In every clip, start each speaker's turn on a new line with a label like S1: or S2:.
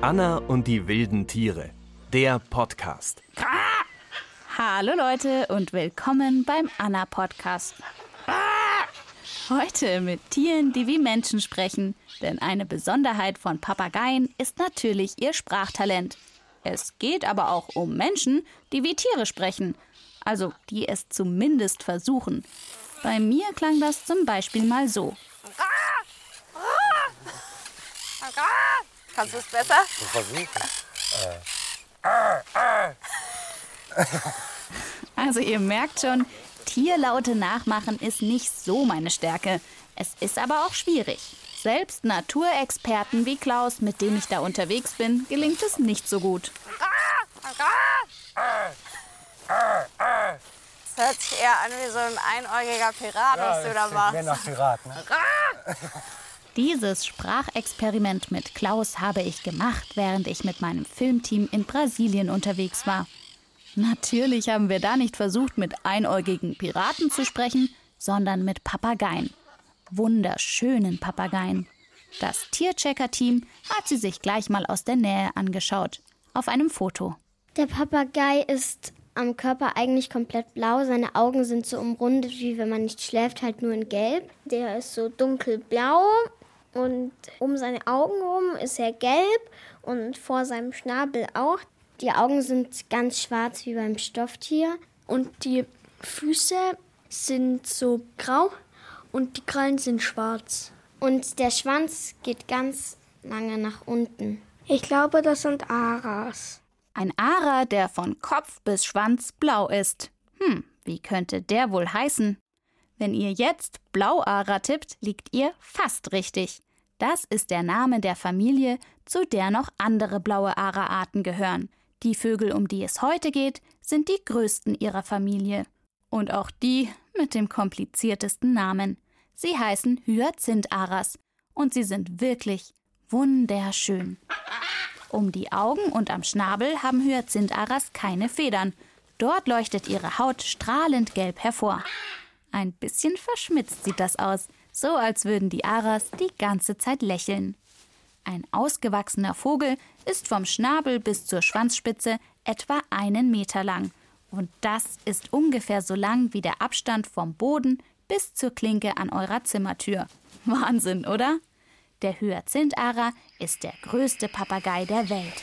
S1: Anna und die wilden Tiere, der Podcast.
S2: Hallo Leute und willkommen beim Anna-Podcast. Heute mit Tieren, die wie Menschen sprechen, denn eine Besonderheit von Papageien ist natürlich ihr Sprachtalent. Es geht aber auch um Menschen, die wie Tiere sprechen, also die es zumindest versuchen. Bei mir klang das zum Beispiel mal so.
S3: Kannst du es besser?
S4: Wir versuchen.
S2: Also ihr merkt schon, Tierlaute nachmachen ist nicht so meine Stärke. Es ist aber auch schwierig. Selbst Naturexperten wie Klaus, mit dem ich da unterwegs bin, gelingt es nicht so gut.
S3: Das hört sich eher an wie so ein einäugiger Pirat, was du da machst.
S4: Mehr nach Pirat, ne?
S2: Dieses Sprachexperiment mit Klaus habe ich gemacht, während ich mit meinem Filmteam in Brasilien unterwegs war. Natürlich haben wir da nicht versucht, mit einäugigen Piraten zu sprechen, sondern mit Papageien. Wunderschönen Papageien. Das Tierchecker-Team hat sie sich gleich mal aus der Nähe angeschaut. Auf einem Foto.
S5: Der Papagei ist am Körper eigentlich komplett blau. Seine Augen sind so umrundet, wie wenn man nicht schläft, halt nur in Gelb. Der ist so dunkelblau und um seine Augen rum ist er gelb und vor seinem Schnabel auch. Die Augen sind ganz schwarz wie beim Stofftier und die Füße sind so grau und die Krallen sind schwarz. Und der Schwanz geht ganz lange nach unten. Ich glaube, das sind Aras.
S2: Ein Ara, der von Kopf bis Schwanz blau ist. Wie könnte der wohl heißen? Wenn ihr jetzt Blauara tippt, liegt ihr fast richtig. Das ist der Name der Familie, zu der noch andere blaue Ara-Arten gehören. Die Vögel, um die es heute geht, sind die größten ihrer Familie. Und auch die mit dem kompliziertesten Namen. Sie heißen Hyazintharas und sie sind wirklich wunderschön. Um die Augen und am Schnabel haben Hyazintharas keine Federn. Dort leuchtet ihre Haut strahlend gelb hervor. Ein bisschen verschmitzt sieht das aus, so als würden die Aras die ganze Zeit lächeln. Ein ausgewachsener Vogel ist vom Schnabel bis zur Schwanzspitze etwa 1 Meter lang. Und das ist ungefähr so lang wie der Abstand vom Boden bis zur Klinke an eurer Zimmertür. Wahnsinn, oder? Der Hyazinthara ist der größte Papagei der Welt.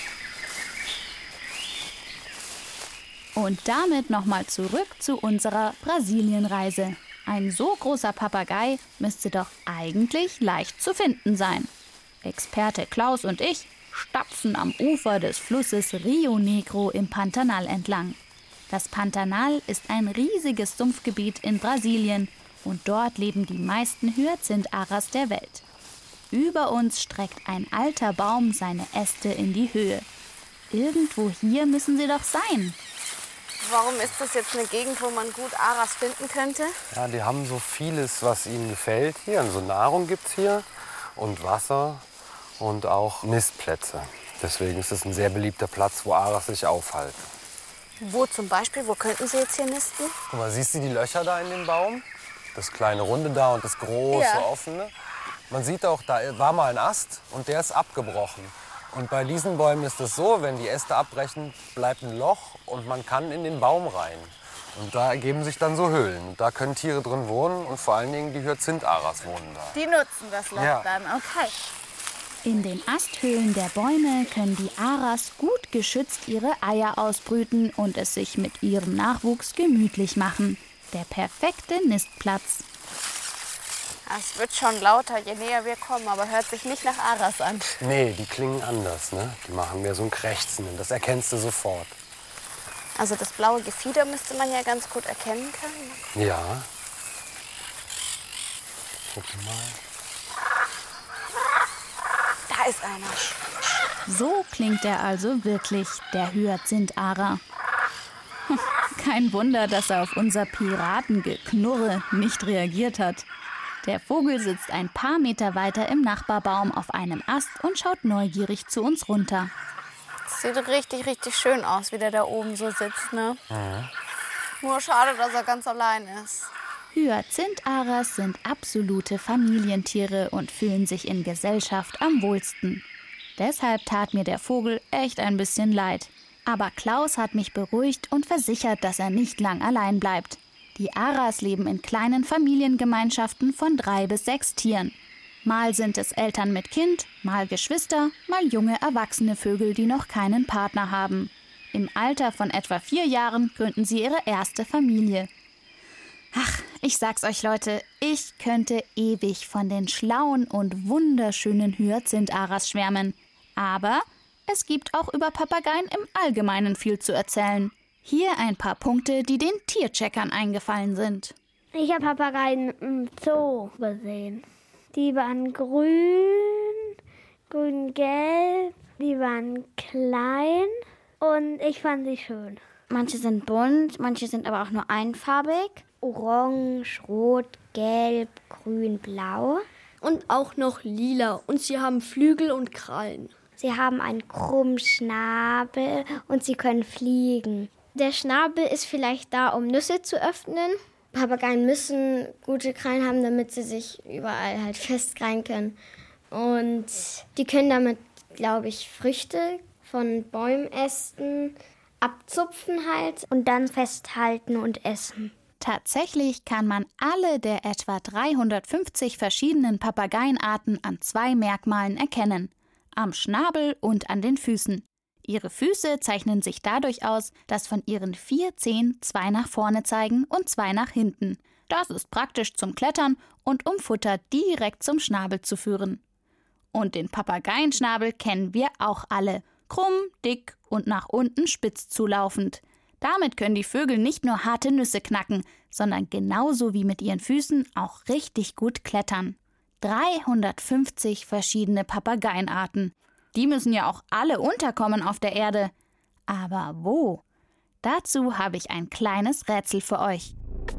S2: Und damit nochmal zurück zu unserer Brasilienreise. Ein so großer Papagei müsste doch eigentlich leicht zu finden sein. Experte Klaus und ich stapfen am Ufer des Flusses Rio Negro im Pantanal entlang. Das Pantanal ist ein riesiges Sumpfgebiet in Brasilien und dort leben die meisten Hyazintharas der Welt. Über uns streckt ein alter Baum seine Äste in die Höhe. Irgendwo hier müssen sie doch sein.
S3: Warum ist das jetzt eine Gegend, wo man gut Aras finden könnte?
S4: Ja, die haben so vieles, was ihnen gefällt hier. Also Nahrung gibt es hier und Wasser und auch Nistplätze. Deswegen ist es ein sehr beliebter Platz, wo Aras sich aufhalten.
S3: Wo zum Beispiel? Wo könnten sie jetzt hier nisten?
S4: Guck mal, siehst du die Löcher da in dem Baum? Das kleine Runde da und das große offene. Man sieht auch, da war mal ein Ast und der ist abgebrochen. Und bei diesen Bäumen ist es so, wenn die Äste abbrechen, bleibt ein Loch und man kann in den Baum rein. Und da ergeben sich dann so Höhlen. Und da können Tiere drin wohnen und vor allen Dingen die Hyazintharas wohnen da.
S3: Die nutzen das Loch dann, okay.
S2: In den Asthöhlen der Bäume können die Aras gut geschützt ihre Eier ausbrüten und es sich mit ihrem Nachwuchs gemütlich machen. Der perfekte Nistplatz.
S3: Es wird schon lauter, je näher wir kommen, aber hört sich nicht nach Aras an.
S4: Nee, die klingen anders, ne? Die machen mehr so ein Krächzen. Das erkennst du sofort.
S3: Also das blaue Gefieder müsste man ja ganz gut erkennen können.
S4: Ja. Guck mal.
S3: Da ist einer.
S2: So klingt er also wirklich, der Hyazinthara. Kein Wunder, dass er auf unser Piratengeknurre nicht reagiert hat. Der Vogel sitzt ein paar Meter weiter im Nachbarbaum auf einem Ast und schaut neugierig zu uns runter.
S3: Sieht richtig, richtig schön aus, wie der da oben so sitzt, ne? Nur schade, dass er ganz allein ist.
S2: Hyazintharas sind absolute Familientiere und fühlen sich in Gesellschaft am wohlsten. Deshalb tat mir der Vogel echt ein bisschen leid. Aber Klaus hat mich beruhigt und versichert, dass er nicht lang allein bleibt. Die Aras leben in kleinen Familiengemeinschaften von 3 bis 6 Tieren. Mal sind es Eltern mit Kind, mal Geschwister, mal junge erwachsene Vögel, die noch keinen Partner haben. Im Alter von etwa 4 Jahren gründen sie ihre erste Familie. Ach, ich sag's euch, Leute, ich könnte ewig von den schlauen und wunderschönen Hyazintharas schwärmen. Aber es gibt auch über Papageien im Allgemeinen viel zu erzählen. Hier ein paar Punkte, die den Tiercheckern eingefallen sind.
S5: Ich habe Papageien im Zoo gesehen. Die waren grün, grün-gelb, die waren klein und ich fand sie schön. Manche sind bunt, manche sind aber auch nur einfarbig. Orange, rot, gelb, grün, blau.
S6: Und auch noch lila. Und sie haben Flügel und Krallen.
S5: Sie haben einen krummen Schnabel und sie können fliegen. Der Schnabel ist vielleicht da, um Nüsse zu öffnen. Papageien müssen gute Krallen haben, damit sie sich überall halt festkrallen können. Und die können damit, glaube ich, Früchte von Bäumästen abzupfen halt und dann festhalten und essen.
S2: Tatsächlich kann man alle der etwa 350 verschiedenen Papageienarten an 2 Merkmalen erkennen: am Schnabel und an den Füßen. Ihre Füße zeichnen sich dadurch aus, dass von ihren 4 Zehen 2 nach vorne zeigen und 2 nach hinten. Das ist praktisch zum Klettern und um Futter direkt zum Schnabel zu führen. Und den Papageienschnabel kennen wir auch alle: krumm, dick und nach unten spitz zulaufend. Damit können die Vögel nicht nur harte Nüsse knacken, sondern genauso wie mit ihren Füßen auch richtig gut klettern. 350 verschiedene Papageienarten. Die müssen ja auch alle unterkommen auf der Erde. Aber wo? Dazu habe ich ein kleines Rätsel für euch.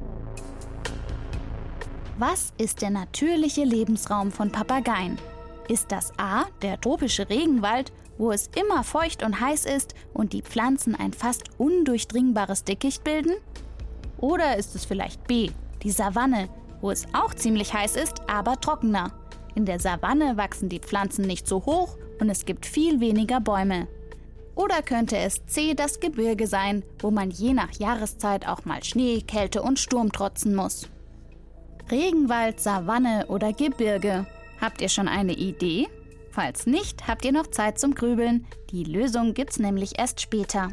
S2: Was ist der natürliche Lebensraum von Papageien? Ist das A, der tropische Regenwald, wo es immer feucht und heiß ist und die Pflanzen ein fast undurchdringbares Dickicht bilden? Oder ist es vielleicht B, die Savanne, wo es auch ziemlich heiß ist, aber trockener? In der Savanne wachsen die Pflanzen nicht so hoch und es gibt viel weniger Bäume. Oder könnte es C, das Gebirge sein, wo man je nach Jahreszeit auch mal Schnee, Kälte und Sturm trotzen muss? Regenwald, Savanne oder Gebirge? Habt ihr schon eine Idee? Falls nicht, habt ihr noch Zeit zum Grübeln. Die Lösung gibt's nämlich erst später.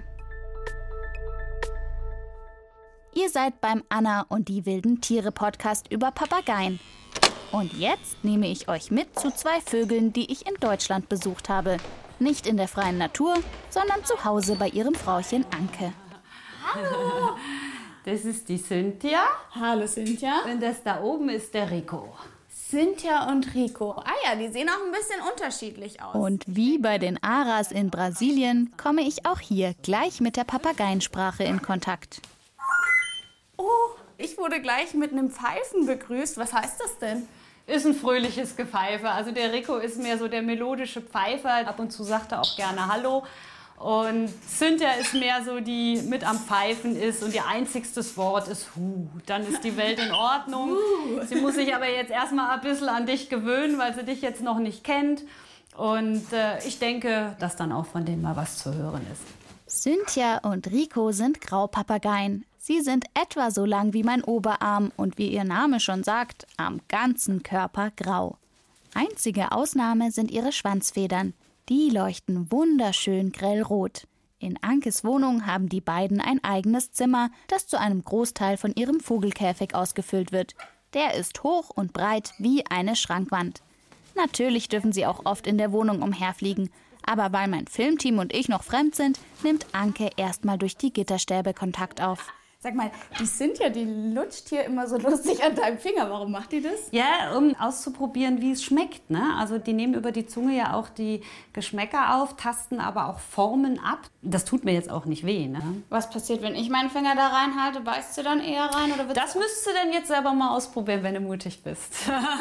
S2: Ihr seid beim Anna und die wilden Tiere Podcast über Papageien. Und jetzt nehme ich euch mit zu 2 Vögeln, die ich in Deutschland besucht habe. Nicht in der freien Natur, sondern zu Hause bei ihrem Frauchen Anke.
S7: Hallo! Das ist die Cynthia.
S3: Hallo Cynthia.
S7: Und das da oben ist der Rico.
S3: Cynthia und Rico. Ah ja, die sehen auch ein bisschen unterschiedlich aus.
S2: Und wie bei den Aras in Brasilien komme ich auch hier gleich mit der Papageiensprache in Kontakt.
S3: Oh, ich wurde gleich mit einem Pfeifen begrüßt. Was heißt das denn?
S7: Ist ein fröhliches Gepfeife. Also der Rico ist mehr so der melodische Pfeifer. Ab und zu sagt er auch gerne Hallo. Und Cynthia ist mehr so, die mit am Pfeifen ist und ihr einzigstes Wort ist Hu. Dann ist die Welt in Ordnung. Sie muss sich aber jetzt erstmal ein bisschen an dich gewöhnen, weil sie dich jetzt noch nicht kennt. Und ich denke, dass dann auch von denen mal was zu hören ist.
S2: Cynthia und Rico sind Graupapageien. Sie sind etwa so lang wie mein Oberarm und wie ihr Name schon sagt, am ganzen Körper grau. Einzige Ausnahme sind ihre Schwanzfedern. Die leuchten wunderschön grellrot. In Ankes Wohnung haben die beiden ein eigenes Zimmer, das zu einem Großteil von ihrem Vogelkäfig ausgefüllt wird. Der ist hoch und breit wie eine Schrankwand. Natürlich dürfen sie auch oft in der Wohnung umherfliegen. Aber weil mein Filmteam und ich noch fremd sind, nimmt Anke erstmal durch die Gitterstäbe Kontakt auf.
S3: Sag mal, die Cynthia, die lutscht hier immer so lustig an deinem Finger. Warum macht die das?
S7: Ja, um auszuprobieren, wie es schmeckt, ne? Also die nehmen über die Zunge ja auch die Geschmäcker auf, tasten aber auch Formen ab. Das tut mir jetzt auch nicht weh, ne?
S3: Was passiert, wenn ich meinen Finger da reinhalte? Beißt du dann eher rein? Oder
S7: das müsstest du dann jetzt selber mal ausprobieren, wenn du mutig bist.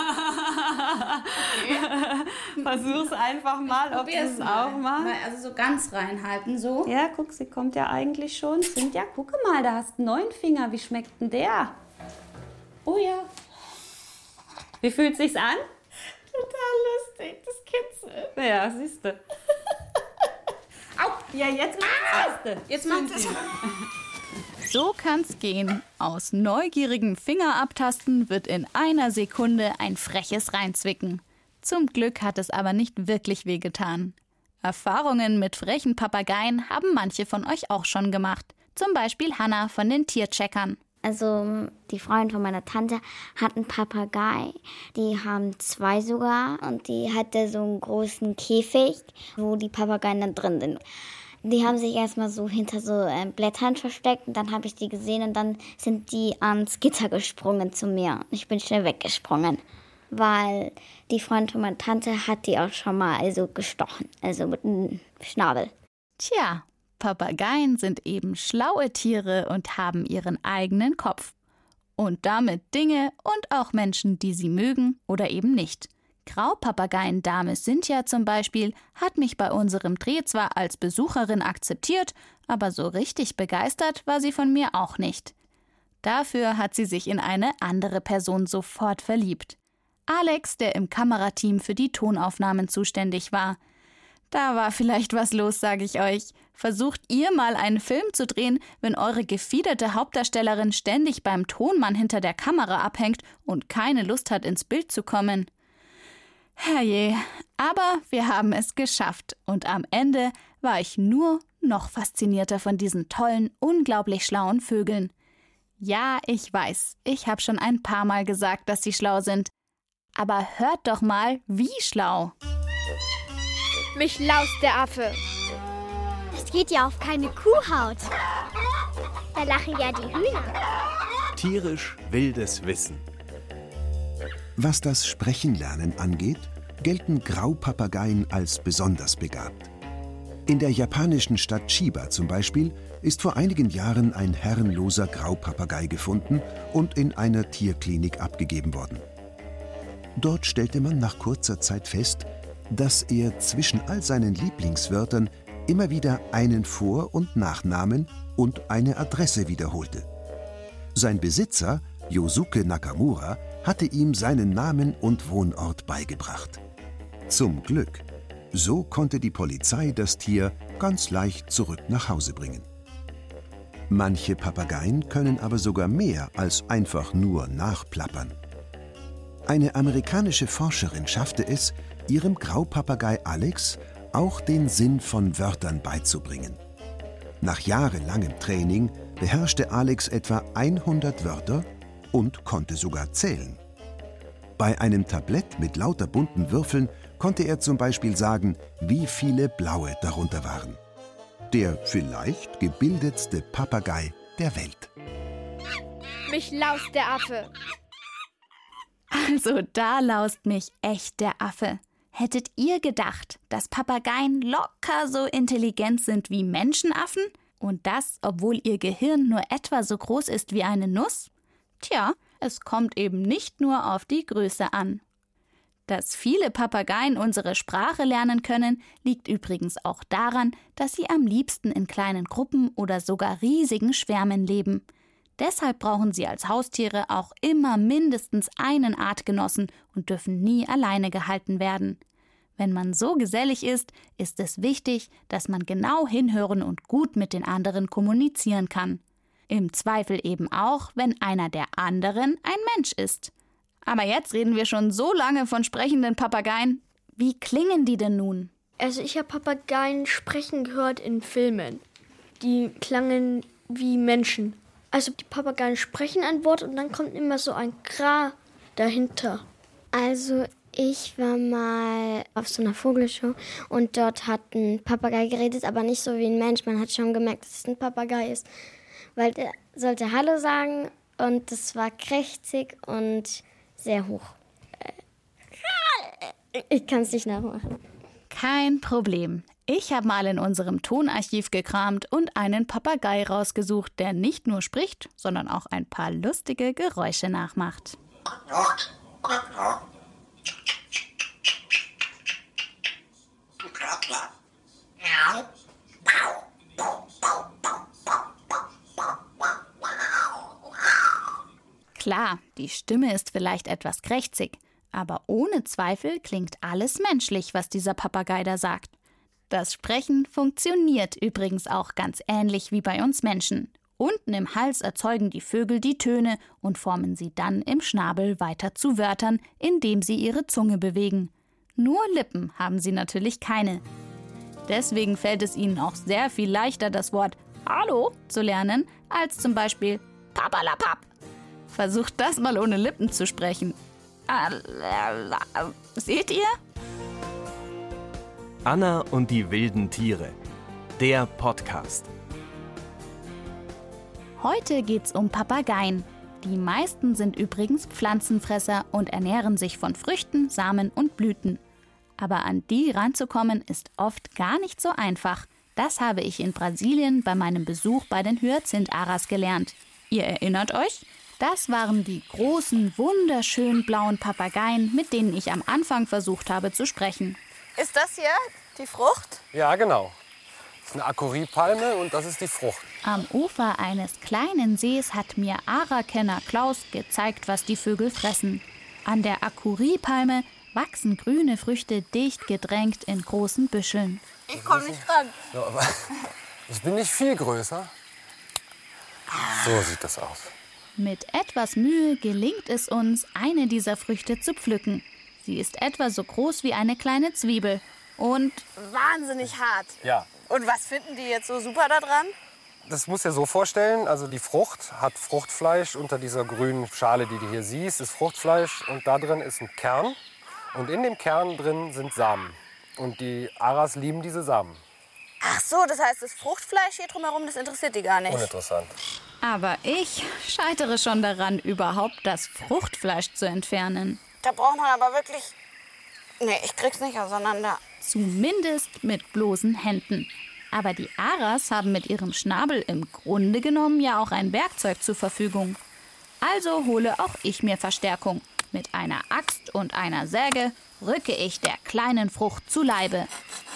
S7: Okay. Versuch's einfach mal, ob du es auch machst.
S3: Also so ganz reinhalten, so.
S7: Ja, guck, sie kommt ja eigentlich schon. Cynthia, gucke mal, da hast du 9 Finger. Wie schmeckt denn der?
S3: Oh ja.
S7: Wie fühlt sich's an?
S3: Total lustig, das kitzelt.
S7: Ja, siehst du. Ja, jetzt macht das. Jetzt macht es.
S2: So kann's gehen. Aus neugierigem Fingerabtasten wird in einer Sekunde ein freches Reinzwicken. Zum Glück hat es aber nicht wirklich wehgetan. Erfahrungen mit frechen Papageien haben manche von euch auch schon gemacht. Zum Beispiel Hannah von den Tiercheckern.
S5: Also die Freundin von meiner Tante hat einen Papagei. Die haben 2 sogar. Und die hatte so einen großen Käfig, wo die Papageien dann drin sind. Die haben sich erstmal so hinter so Blättern versteckt. Und dann habe ich die gesehen und dann sind die ans Gitter gesprungen zu mir. Ich bin schnell weggesprungen, weil die Freundin von meiner Tante hat die auch schon mal gestochen. Also mit einem Schnabel.
S2: Tja, Papageien sind eben schlaue Tiere und haben ihren eigenen Kopf. Und damit Dinge und auch Menschen, die sie mögen oder eben nicht. Graupapageiendame Cynthia zum Beispiel hat mich bei unserem Dreh zwar als Besucherin akzeptiert, aber so richtig begeistert war sie von mir auch nicht. Dafür hat sie sich in eine andere Person sofort verliebt. Alex, der im Kamerateam für die Tonaufnahmen zuständig war. Da war vielleicht was los, sage ich euch. Versucht ihr mal einen Film zu drehen, wenn eure gefiederte Hauptdarstellerin ständig beim Tonmann hinter der Kamera abhängt und keine Lust hat, ins Bild zu kommen. Herrje, aber wir haben es geschafft und am Ende war ich nur noch faszinierter von diesen tollen, unglaublich schlauen Vögeln. Ja, ich weiß, ich habe schon ein paar Mal gesagt, dass sie schlau sind. Aber hört doch mal, wie schlau.
S6: Mich laust der Affe.
S5: Es geht ja auf keine Kuhhaut. Da lachen ja die Hühner.
S1: Tierisch wildes Wissen.
S8: Was das Sprechenlernen angeht, gelten Graupapageien als besonders begabt. In der japanischen Stadt Chiba zum Beispiel ist vor einigen Jahren ein herrenloser Graupapagei gefunden und in einer Tierklinik abgegeben worden. Dort stellte man nach kurzer Zeit fest, dass er zwischen all seinen Lieblingswörtern immer wieder einen Vor- und Nachnamen und eine Adresse wiederholte. Sein Besitzer, Yosuke Nakamura, hatte ihm seinen Namen und Wohnort beigebracht. Zum Glück. So konnte die Polizei das Tier ganz leicht zurück nach Hause bringen. Manche Papageien können aber sogar mehr als einfach nur nachplappern. Eine amerikanische Forscherin schaffte es, ihrem Graupapagei Alex auch den Sinn von Wörtern beizubringen. Nach jahrelangem Training beherrschte Alex etwa 100 Wörter und konnte sogar zählen. Bei einem Tablett mit lauter bunten Würfeln konnte er zum Beispiel sagen, wie viele blaue darunter waren. Der vielleicht gebildetste Papagei der Welt.
S6: Mich laust der Affe.
S2: Also da laust mich echt der Affe. Hättet ihr gedacht, dass Papageien locker so intelligent sind wie Menschenaffen? Und das, obwohl ihr Gehirn nur etwa so groß ist wie eine Nuss? Tja, es kommt eben nicht nur auf die Größe an. Dass viele Papageien unsere Sprache lernen können, liegt übrigens auch daran, dass sie am liebsten in kleinen Gruppen oder sogar riesigen Schwärmen leben. Deshalb brauchen sie als Haustiere auch immer mindestens einen Artgenossen und dürfen nie alleine gehalten werden. Wenn man so gesellig ist, ist es wichtig, dass man genau hinhören und gut mit den anderen kommunizieren kann. Im Zweifel eben auch, wenn einer der anderen ein Mensch ist. Aber jetzt reden wir schon so lange von sprechenden Papageien. Wie klingen die denn nun?
S6: Also ich habe Papageien sprechen gehört in Filmen. Die klangen wie Menschen. Also die Papageien sprechen ein Wort und dann kommt immer so ein Kra dahinter.
S5: Also ich war mal auf so einer Vogelshow und dort hat ein Papagei geredet, aber nicht so wie ein Mensch. Man hat schon gemerkt, dass es ein Papagei ist, weil der sollte Hallo sagen und das war krächzig und sehr hoch. Ich kann es nicht nachmachen.
S2: Kein Problem. Ich habe mal in unserem Tonarchiv gekramt und einen Papagei rausgesucht, der nicht nur spricht, sondern auch ein paar lustige Geräusche nachmacht. Klar, die Stimme ist vielleicht etwas krächzig, aber ohne Zweifel klingt alles menschlich, was dieser Papagei da sagt. Das Sprechen funktioniert übrigens auch ganz ähnlich wie bei uns Menschen. Unten im Hals erzeugen die Vögel die Töne und formen sie dann im Schnabel weiter zu Wörtern, indem sie ihre Zunge bewegen. Nur Lippen haben sie natürlich keine. Deswegen fällt es ihnen auch sehr viel leichter, das Wort Hallo zu lernen, als zum Beispiel Papalapap. Versucht das mal ohne Lippen zu sprechen. Seht ihr?
S1: Anna und die wilden Tiere. Der Podcast.
S2: Heute geht's um Papageien. Die meisten sind übrigens Pflanzenfresser und ernähren sich von Früchten, Samen und Blüten. Aber an die ranzukommen ist oft gar nicht so einfach. Das habe ich in Brasilien bei meinem Besuch bei den Hyazinth-Aras gelernt. Ihr erinnert euch? Das waren die großen, wunderschönen blauen Papageien, mit denen ich am Anfang versucht habe zu sprechen.
S3: Ist das hier die Frucht?
S4: Ja, genau. Das ist eine Akuripalme und das ist die Frucht.
S2: Am Ufer eines kleinen Sees hat mir Ara-Kenner Klaus gezeigt, was die Vögel fressen. An der Akuripalme wachsen grüne Früchte dicht gedrängt in großen Büscheln.
S3: Ich komme nicht ran.
S4: Ja, aber ich bin nicht viel größer. So sieht das aus.
S2: Mit etwas Mühe gelingt es uns, eine dieser Früchte zu pflücken. Sie ist etwa so groß wie eine kleine Zwiebel und
S3: Wahnsinnig hart.
S4: Ja.
S3: Und was finden die jetzt so super daran?
S4: Das musst du dir so vorstellen, also die Frucht hat Fruchtfleisch. Unter dieser grünen Schale, die du hier siehst, ist Fruchtfleisch und da drin ist ein Kern. Und in dem Kern drin sind Samen. Und die Aras lieben diese Samen.
S3: Ach so, das heißt, das Fruchtfleisch hier drumherum, das interessiert die gar nicht.
S4: Uninteressant.
S2: aber ich scheitere schon daran, überhaupt das Fruchtfleisch zu entfernen.
S3: Da braucht man aber wirklich... Nee, ich krieg's nicht auseinander.
S2: Zumindest mit bloßen Händen. Aber die Aras haben mit ihrem Schnabel im Grunde genommen ja auch ein Werkzeug zur Verfügung. Also hole auch ich mir Verstärkung. Mit einer Axt und einer Säge rücke ich der kleinen Frucht zu Leibe.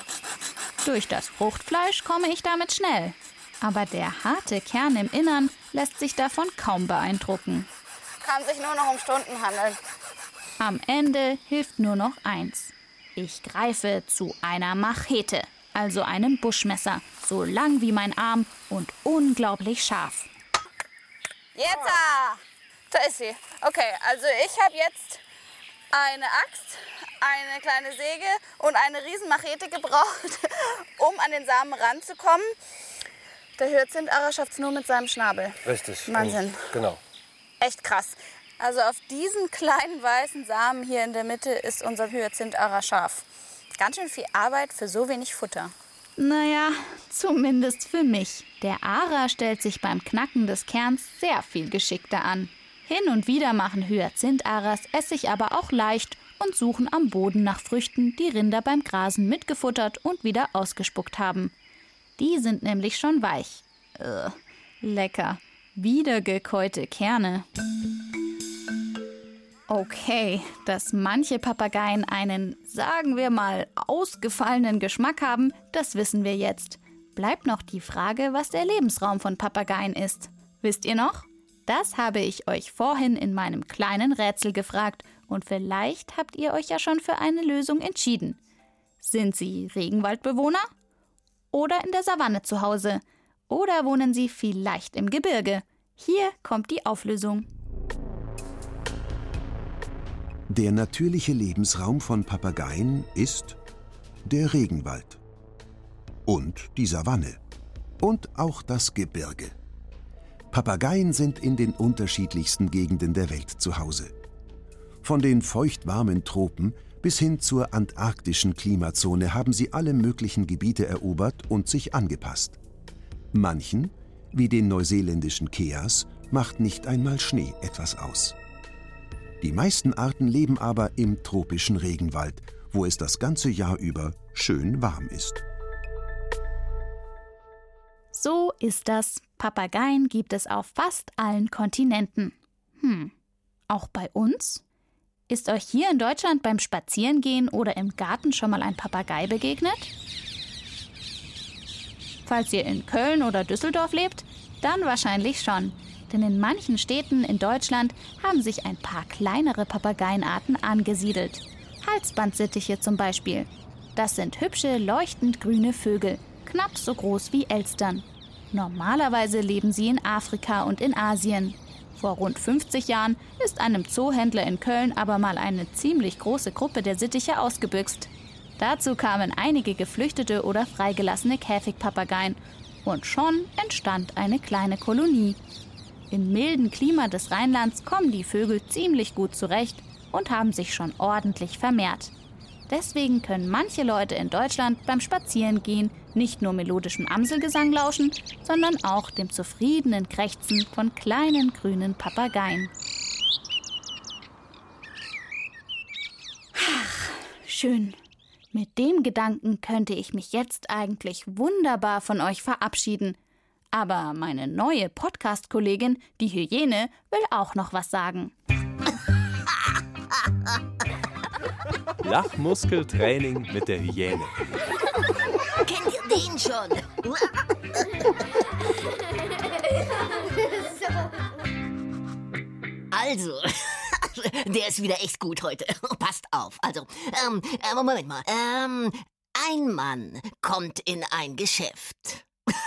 S2: Durch das Fruchtfleisch komme ich damit schnell. Aber der harte Kern im Innern lässt sich davon kaum beeindrucken.
S3: Kann sich nur noch um Stunden handeln.
S2: Am Ende hilft nur noch eins. Ich greife zu einer Machete, also einem Buschmesser, so lang wie mein Arm und unglaublich scharf.
S3: Jetzt! Da ist sie. Okay, also ich habe jetzt eine Axt, eine kleine Säge und eine Riesenmachete gebraucht, um an den Samen ranzukommen. Der Hyazinth-Ara schafft es nur mit seinem Schnabel.
S4: Richtig.
S3: Wahnsinn.
S4: Genau.
S3: Echt krass. Also auf diesen kleinen weißen Samen hier in der Mitte ist unser Hyazinth-Ara scharf. Ganz schön viel Arbeit für so wenig Futter.
S2: Naja, zumindest für mich. Der Ara stellt sich beim Knacken des Kerns sehr viel geschickter an. Hin und wieder machen Hyazinth-Aras es sich aber auch leicht und suchen am Boden nach Früchten, die Rinder beim Grasen mitgefuttert und wieder ausgespuckt haben. Die sind nämlich schon weich. Lecker. Wiedergekäute Kerne. Okay, dass manche Papageien einen, sagen wir mal, ausgefallenen Geschmack haben, das wissen wir jetzt. Bleibt noch die Frage, was der Lebensraum von Papageien ist. Wisst ihr noch? Das habe ich euch vorhin in meinem kleinen Rätsel gefragt und vielleicht habt ihr euch ja schon für eine Lösung entschieden. Sind sie Regenwaldbewohner? Oder in der Savanne zu Hause? Oder wohnen sie vielleicht im Gebirge? Hier kommt die Auflösung.
S8: Der natürliche Lebensraum von Papageien ist der Regenwald und die Savanne und auch das Gebirge. Papageien sind in den unterschiedlichsten Gegenden der Welt zu Hause. Von den feuchtwarmen Tropen bis hin zur antarktischen Klimazone haben sie alle möglichen Gebiete erobert und sich angepasst. Manchen, wie den neuseeländischen Keas, macht nicht einmal Schnee etwas aus. Die meisten Arten leben aber im tropischen Regenwald, wo es das ganze Jahr über schön warm ist.
S2: So ist das. Papageien gibt es auf fast allen Kontinenten. Auch bei uns? Ist euch hier in Deutschland beim Spazierengehen oder im Garten schon mal ein Papagei begegnet? Falls ihr in Köln oder Düsseldorf lebt, dann wahrscheinlich schon. Denn in manchen Städten in Deutschland haben sich ein paar kleinere Papageienarten angesiedelt. Halsbandsittiche zum Beispiel. Das sind hübsche, leuchtend grüne Vögel, knapp so groß wie Elstern. Normalerweise leben sie in Afrika und in Asien. Vor rund 50 Jahren ist einem Zoohändler in Köln aber mal eine ziemlich große Gruppe der Sittiche ausgebüxt. Dazu kamen einige geflüchtete oder freigelassene Käfigpapageien. Und schon entstand eine kleine Kolonie. Im milden Klima des Rheinlands kommen die Vögel ziemlich gut zurecht und haben sich schon ordentlich vermehrt. Deswegen können manche Leute in Deutschland beim Spazierengehen nicht nur melodischem Amselgesang lauschen, sondern auch dem zufriedenen Krächzen von kleinen grünen Papageien. Ach, schön. Mit dem Gedanken könnte ich mich jetzt eigentlich wunderbar von euch verabschieden. Aber meine neue Podcast-Kollegin, die Hyäne, will auch noch was sagen.
S1: Lachmuskeltraining mit der Hyäne.
S9: Kennt ihr den schon? Also, der ist wieder echt gut heute. Passt auf. Also, Moment mal. Ein Mann kommt in ein Geschäft.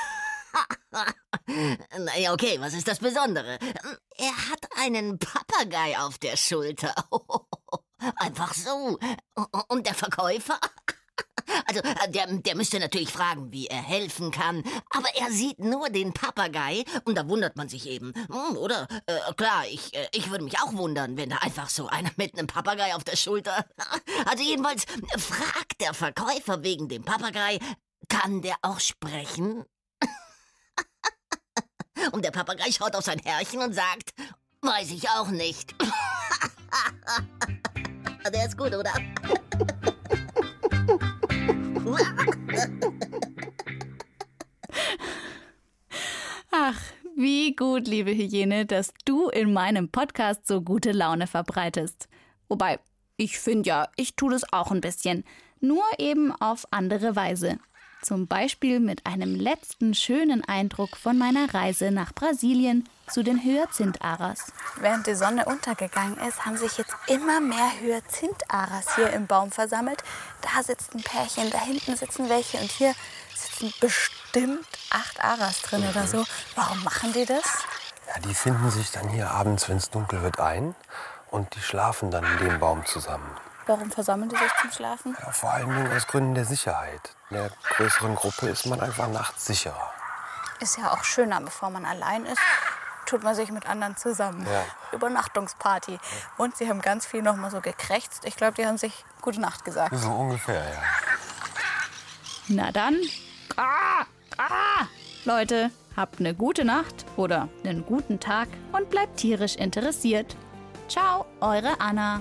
S9: Naja, okay, was ist das Besondere? Er hat einen Papagei auf der Schulter. Einfach so. Und der Verkäufer? Also, der müsste natürlich fragen, wie er helfen kann. Aber er sieht nur den Papagei und da wundert man sich eben. Oder? Klar, ich würde mich auch wundern, wenn da einfach so einer mit einem Papagei auf der Schulter... Also jedenfalls fragt der Verkäufer wegen dem Papagei, kann der auch sprechen? Und der Papagei schaut auf sein Herrchen und sagt, weiß ich auch nicht. Der ist gut, oder?
S2: Ach, wie gut, liebe Hyäne, dass du in meinem Podcast so gute Laune verbreitest. Wobei, ich finde ja, ich tue das auch ein bisschen. Nur eben auf andere Weise. Zum Beispiel mit einem letzten schönen Eindruck von meiner Reise nach Brasilien zu den Hyazintharas.
S3: Während die Sonne untergegangen ist, haben sich jetzt immer mehr Hyazintharas hier im Baum versammelt. Da sitzt ein Pärchen, da hinten sitzen welche und hier sitzen bestimmt 8 Aras drin oder so. Warum machen die das?
S4: Ja, die finden sich dann hier abends, wenn es dunkel wird, ein und die schlafen dann in dem Baum zusammen.
S3: Warum versammeln die sich zum Schlafen?
S4: Ja, vor allen Dingen aus Gründen der Sicherheit. In der größeren Gruppe ist man einfach nachts sicherer.
S3: Ist ja auch schöner, bevor man allein ist, tut man sich mit anderen zusammen.
S4: Ja.
S3: Übernachtungsparty. Und sie haben ganz viel noch mal so gekrächzt. Ich glaube, die haben sich gute Nacht gesagt.
S4: So ungefähr, ja.
S2: Na dann, Leute, habt eine gute Nacht oder einen guten Tag und bleibt tierisch interessiert. Ciao, eure Anna.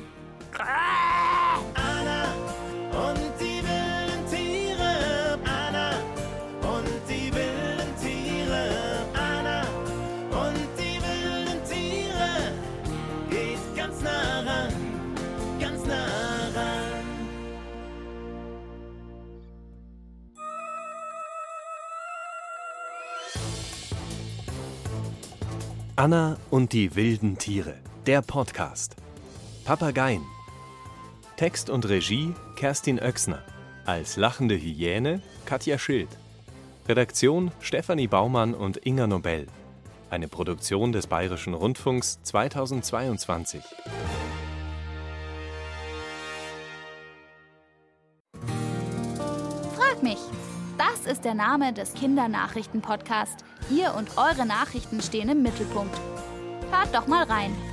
S10: Anna und die wilden Tiere. Anna und die wilden Tiere. Anna und die wilden Tiere. Geht ganz nah ran, ganz nah ran.
S1: Anna und die wilden Tiere. Der Podcast. Papageien. Text und Regie Kerstin Oechsner. Als lachende Hyäne Katja Schild. Redaktion Stefanie Baumann und Inga Nobel. Eine Produktion des Bayerischen Rundfunks 2022.
S2: Frag mich. Das ist der Name des Kindernachrichten-Podcasts. Ihr und eure Nachrichten stehen im Mittelpunkt. Hört doch mal rein.